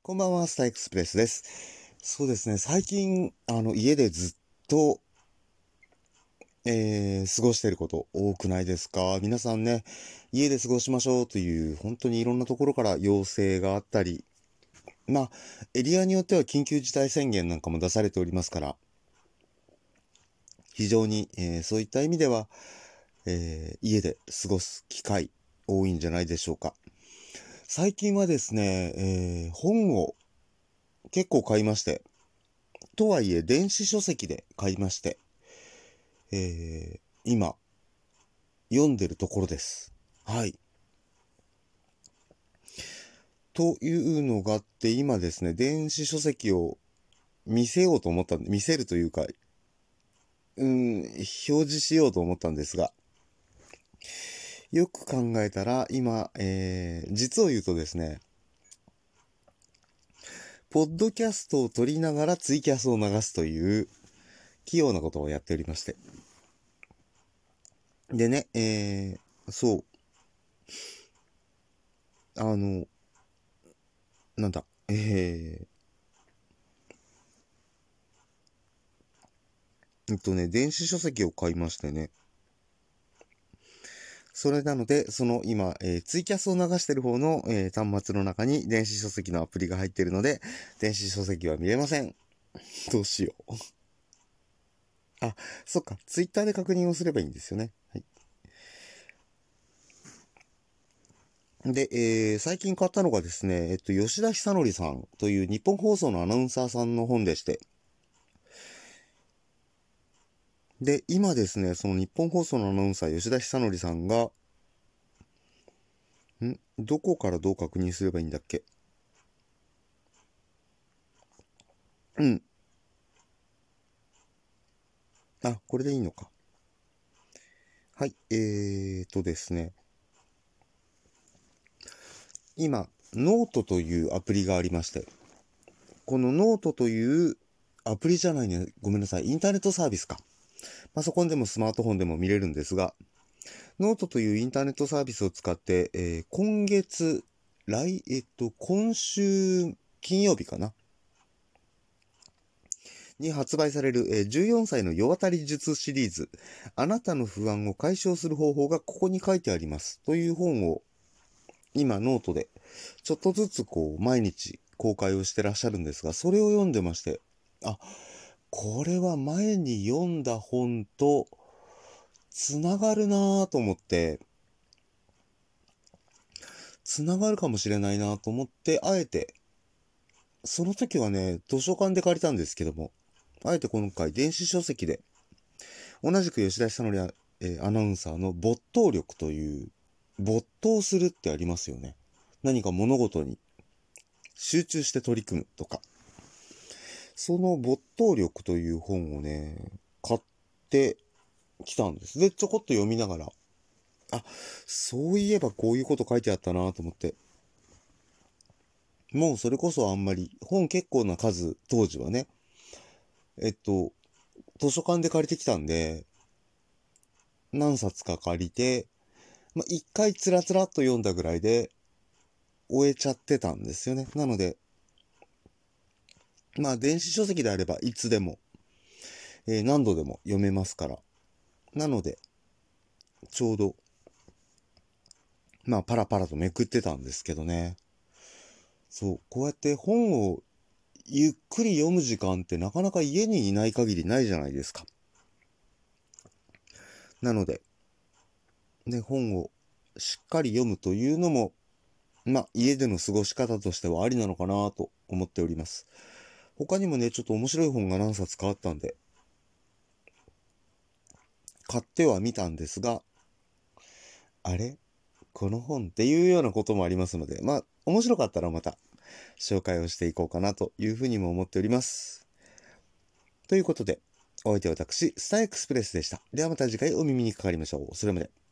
こんばんは、スターエクスプレスです。そうですね、最近、家でずっと、過ごしていること多くないですか？皆さんね、家で過ごしましょうという、本当にいろんなところから要請があったり、まあ、エリアによっては緊急事態宣言なんかも出されておりますから、非常に、そういった意味では、家で過ごす機会多いんじゃないでしょうか。最近はですね、本を結構買いまして、とはいえ電子書籍で買いまして、今、読んでるところです。はい。というのがあって、今ですね、電子書籍を見せようと思った見せるというか、表示しようと思ったんですが、よく考えたら、今、実を言うとですね、ポッドキャストを撮りながらツイキャスを流すという、器用なことをやっておりまして。でね、そう、あの、なんだ、電子書籍を買いましてね。それなので、その今、ツイキャスを流してる方の、端末の中に電子書籍のアプリが入っているので、電子書籍は見れません。どうしよう。あ、そっか。ツイッターで確認をすればいいんですよね。はい。で、最近買ったのがですね、吉田久典さんという日本放送のアナウンサーさんの本でして、で、今ですね、その日本放送のアナウンサー吉田久典さんが、どこからどう確認すればいいんだっけ？うん。あ、これでいいのか。はい。ですね。今、ノートというアプリがありまして、このノートというアプリじゃないね。ごめんなさい。インターネットサービスか。パソコンでもスマートフォンでも見れるんですが、ノートというインターネットサービスを使って、今月、今週金曜日かなに発売される、14歳の世渡り術シリーズ、あなたの不安を解消する方法がここに書いてあります。という本を今ノートでちょっとずつこう毎日公開をしてらっしゃるんですが、それを読んでまして、あ、これは前に読んだ本とつながるなぁと思って、つながるかもしれないなと思って、あえて、その時はね、図書館で借りたんですけども、あえて今回電子書籍で、同じく吉田久典アナウンサーの没頭力という、没頭するってありますよね。何か物事に集中して取り組むとか。その没頭力という本をね、買ってきたんです。で、ちょこっと読みながら、あ、そういえばこういうこと書いてあったなと思って。もうそれこそあんまり、本結構な数、当時はね、えっと、図書館で借りてきたんで、何冊か借りて、一回つらつらっと読んだぐらいで終えちゃってたんですよね。なので、電子書籍であればいつでも、何度でも読めますから。なので、ちょうど、パラパラとめくってたんですけどね。そう、こうやって本をゆっくり読む時間ってなかなか家にいない限りないじゃないですか。なので、ね、本をしっかり読むというのも、家での過ごし方としてはありなのかなと思っております。他にもね、ちょっと面白い本が何冊かあったんで、買ってはみたんですが、あれこの本っていうようなこともありますので、面白かったらまた紹介をしていこうかなというふうにも思っております。ということで、お相手は私、スターエクスプレスでした。ではまた次回お耳にかかりましょう。それまで。